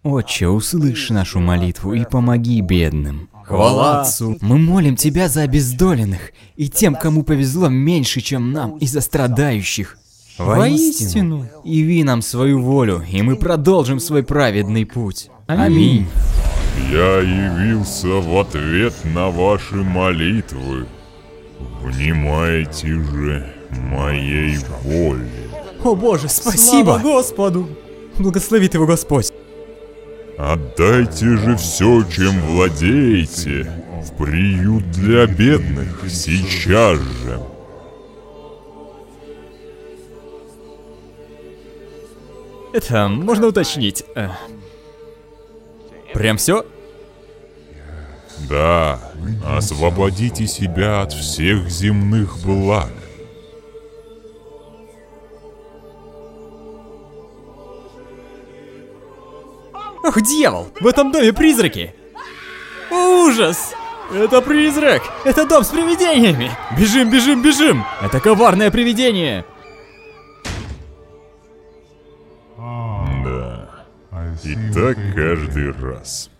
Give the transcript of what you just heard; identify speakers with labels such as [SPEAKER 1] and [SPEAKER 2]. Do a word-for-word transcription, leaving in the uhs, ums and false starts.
[SPEAKER 1] Отче, услышь нашу молитву и помоги бедным.
[SPEAKER 2] Хвала Отцу.
[SPEAKER 1] Мы молим Тебя за обездоленных и тем, кому повезло меньше, чем нам, и за страдающих.
[SPEAKER 2] Воистину.
[SPEAKER 1] Яви нам свою волю, и мы продолжим свой праведный путь. Аминь.
[SPEAKER 3] Я явился в ответ на ваши молитвы. Внимайте же моей воле.
[SPEAKER 2] О Боже, спасибо!
[SPEAKER 4] Слава Господу!
[SPEAKER 2] Благословит его Господь.
[SPEAKER 3] Отдайте же все, чем владеете, в приют для бедных сейчас же.
[SPEAKER 2] Это можно уточнить. Э, Прям все?
[SPEAKER 3] Да, освободите себя от всех земных благ.
[SPEAKER 2] Ох, дьявол! В этом доме призраки! Ужас! Это призрак! Это дом с привидениями! Бежим, бежим, бежим! Это коварное привидение!
[SPEAKER 3] Да, и так каждый раз.